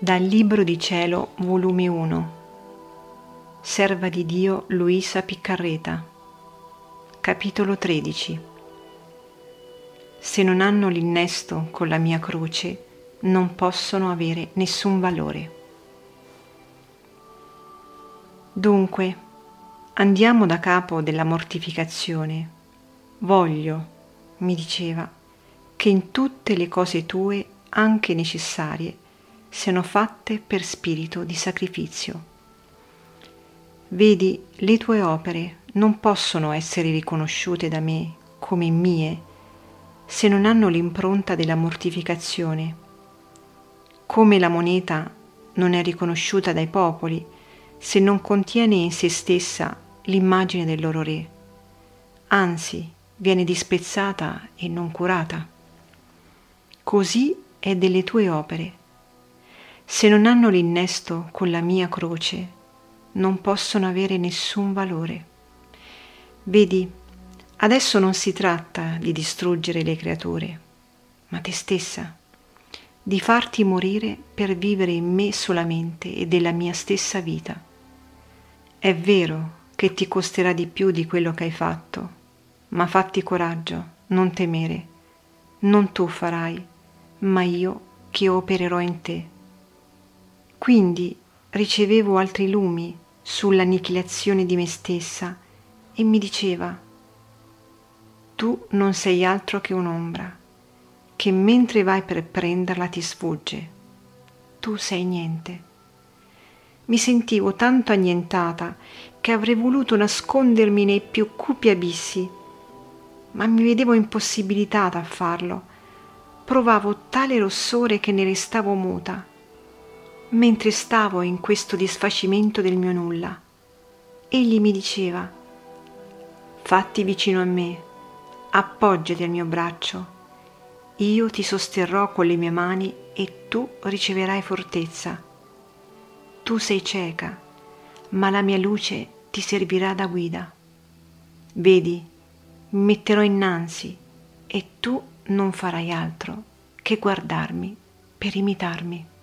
Dal Libro di Cielo, volume 1, Serva di Dio Luisa Piccarreta, capitolo 13. Se non hanno l'innesto con la mia croce, non possono avere nessun valore. Dunque, andiamo da capo della mortificazione. Voglio, mi diceva, che in tutte le cose tue, anche necessarie, siano fatte per spirito di sacrificio. Vedi, le tue opere non possono essere riconosciute da me come mie se non hanno l'impronta della mortificazione. Come la moneta non è riconosciuta dai popoli se non contiene in se stessa l'immagine del loro re, anzi viene disprezzata e non curata. Così è delle tue opere. Se non hanno l'innesto con la mia croce, non possono avere nessun valore. Vedi, adesso non si tratta di distruggere le creature, ma te stessa, di farti morire per vivere in me solamente e della mia stessa vita. È vero che ti costerà di più di quello che hai fatto, ma fatti coraggio, non temere. Non tu farai, ma io che opererò in te. Quindi ricevevo altri lumi sull'annichilazione di me stessa e mi diceva: tu non sei altro che un'ombra, che mentre vai per prenderla ti sfugge. Tu sei niente. Mi sentivo tanto annientata che avrei voluto nascondermi nei più cupi abissi, ma mi vedevo impossibilitata a farlo. Provavo tale rossore che ne restavo muta. Mentre stavo in questo disfacimento del mio nulla, egli mi diceva: fatti vicino a me, appoggiati al mio braccio, io ti sosterrò con le mie mani e tu riceverai fortezza. Tu sei cieca, ma la mia luce ti servirà da guida. Vedi, mi metterò innanzi e tu non farai altro che guardarmi per imitarmi.